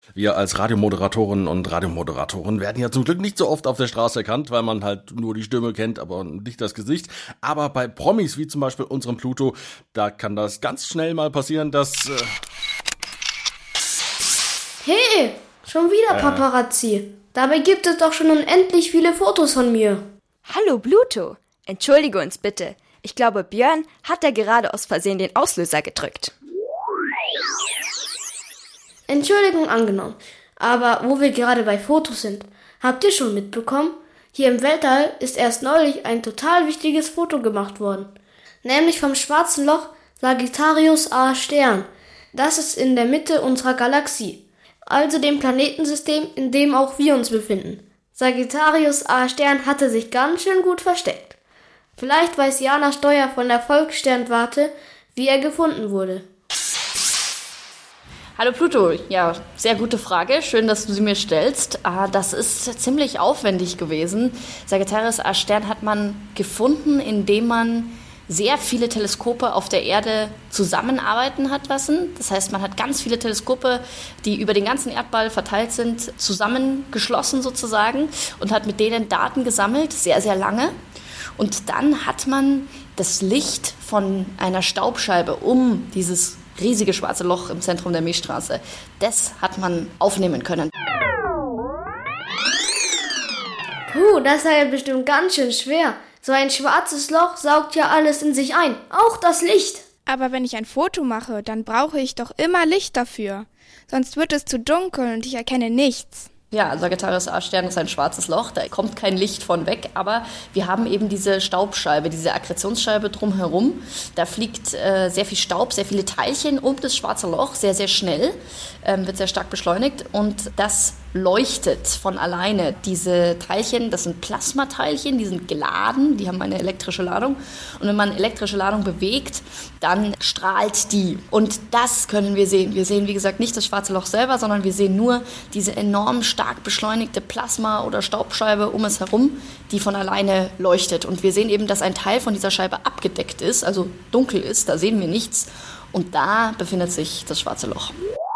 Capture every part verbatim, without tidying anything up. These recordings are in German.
Wir als Radiomoderatorinnen und Radiomoderatoren werden ja zum Glück nicht so oft auf der Straße erkannt, weil man halt nur die Stimme kennt, aber nicht das Gesicht. Aber bei Promis, wie zum Beispiel unserem Pluto, da kann das ganz schnell mal passieren, dass... Äh Hey, schon wieder äh. Paparazzi. Dabei gibt es doch schon unendlich viele Fotos von mir. Hallo Pluto, entschuldige uns bitte. Ich glaube, Björn hat da gerade aus Versehen den Auslöser gedrückt. Entschuldigung angenommen, aber wo wir gerade bei Fotos sind, habt ihr schon mitbekommen? Hier im Weltall ist erst neulich ein total wichtiges Foto gemacht worden. Nämlich vom schwarzen Loch Sagittarius A Stern. Das ist in der Mitte unserer Galaxie, also dem Planetensystem, in dem auch wir uns befinden. Sagittarius A Stern hatte sich ganz schön gut versteckt. Vielleicht weiß Jana Steuer von der Volkssternwarte, wie er gefunden wurde. Hallo Pluto, ja, sehr gute Frage. Schön, dass du sie mir stellst. Ah, das ist ziemlich aufwendig gewesen. Sagittarius A Stern hat man gefunden, indem man sehr viele Teleskope auf der Erde zusammenarbeiten hat lassen. Das heißt, man hat ganz viele Teleskope, die über den ganzen Erdball verteilt sind, zusammengeschlossen sozusagen und hat mit denen Daten gesammelt, sehr, sehr lange. Und dann hat man das Licht von einer Staubscheibe um dieses riesige schwarze Loch im Zentrum der Milchstraße, das hat man aufnehmen können. Puh, das sei ja bestimmt ganz schön schwer. So ein schwarzes Loch saugt ja alles in sich ein, auch das Licht. Aber wenn ich ein Foto mache, dann brauche ich doch immer Licht dafür. Sonst wird es zu dunkel und ich erkenne nichts. Ja, Sagittarius A Stern ist ein schwarzes Loch, da kommt kein Licht von weg, aber wir haben eben diese Staubscheibe, diese Akkretionsscheibe drumherum. Da fliegt äh, sehr viel Staub, sehr viele Teilchen um das schwarze Loch, sehr, sehr schnell, ähm, wird sehr stark beschleunigt und das leuchtet von alleine. Diese Teilchen, das sind Plasmateilchen, die sind geladen, die haben eine elektrische Ladung und wenn man elektrische Ladung bewegt, dann strahlt die und das können wir sehen. Wir sehen, wie gesagt, nicht das schwarze Loch selber, sondern wir sehen nur diese enorm stark beschleunigte Plasma- oder Staubscheibe um es herum, die von alleine leuchtet und wir sehen eben, dass ein Teil von dieser Scheibe abgedeckt ist, also dunkel ist, da sehen wir nichts und da befindet sich das schwarze Loch.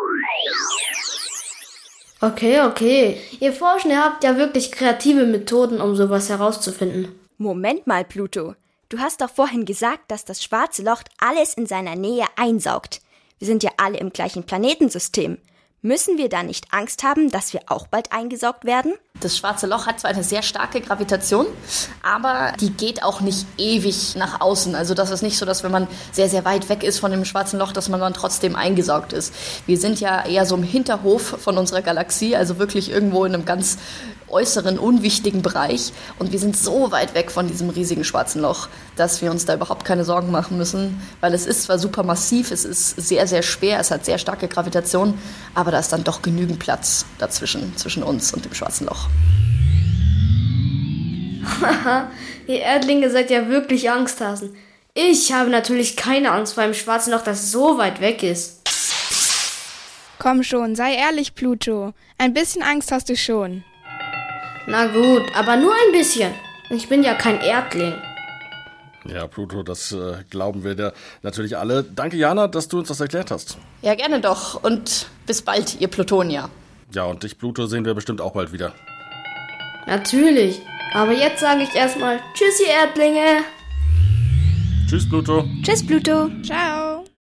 Okay, okay. Ihr Forschende habt ja wirklich kreative Methoden, um sowas herauszufinden. Moment mal, Pluto. Du hast doch vorhin gesagt, dass das schwarze Loch alles in seiner Nähe einsaugt. Wir sind ja alle im gleichen Planetensystem. Müssen wir da nicht Angst haben, dass wir auch bald eingesaugt werden? Das schwarze Loch hat zwar eine sehr starke Gravitation, aber die geht auch nicht ewig nach außen. Also das ist nicht so, dass wenn man sehr, sehr weit weg ist von dem schwarzen Loch, dass man dann trotzdem eingesaugt ist. Wir sind ja eher so im Hinterhof von unserer Galaxie, also wirklich irgendwo in einem ganz äußeren, unwichtigen Bereich. Und wir sind so weit weg von diesem riesigen schwarzen Loch, dass wir uns da überhaupt keine Sorgen machen müssen, weil es ist zwar super massiv, es ist sehr, sehr schwer, es hat sehr starke Gravitation, aber da ist dann doch genügend Platz dazwischen, zwischen uns und dem schwarzen Loch. Haha, ihr Erdlinge seid ja wirklich Angsthasen. Ich habe natürlich keine Angst vor einem schwarzen Loch, das so weit weg ist. Komm schon, sei ehrlich, Pluto. Ein bisschen Angst hast du schon. Na gut, aber nur ein bisschen. Ich bin ja kein Erdling. Ja, Pluto, das äh, glauben wir dir natürlich alle. Danke, Jana, dass du uns das erklärt hast. Ja, gerne doch. Und bis bald, ihr Plutonier. Ja, und dich, Pluto, sehen wir bestimmt auch bald wieder. Natürlich. Aber jetzt sage ich erstmal Tschüss, ihr Erdlinge. Tschüss, Pluto. Tschüss, Pluto. Ciao.